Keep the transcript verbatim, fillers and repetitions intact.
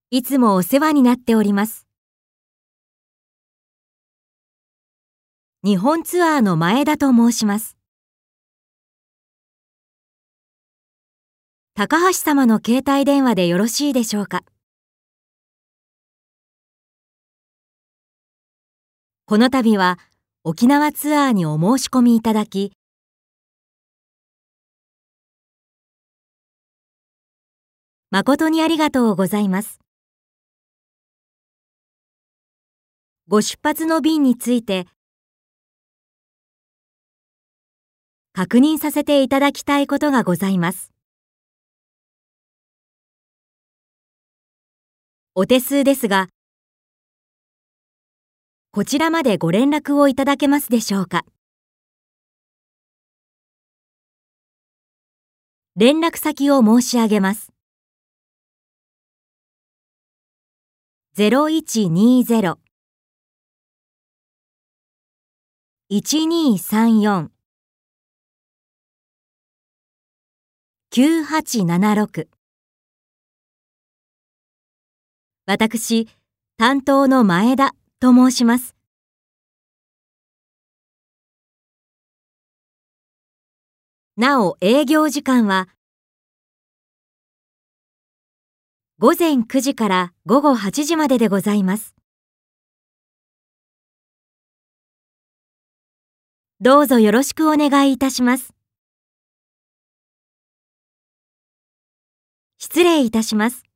いつもお世話になっております。日本ツアーの前田と申します。高橋様の携帯電話でよろしいでしょうか。この度は沖縄ツアーにお申し込みいただき、誠にありがとうございます。ご出発の便について確認させていただきたいことがございます。お手数ですが、こちらまでご連絡をいただけますでしょうか。連絡先を申し上げます。ゼロいちにゼロ いちにさんよん きゅうはちななろく。私、担当の前田と申します。なお、営業時間はごぜんくじからごごはちじまででございます。どうぞよろしくお願いいたします。失礼いたします。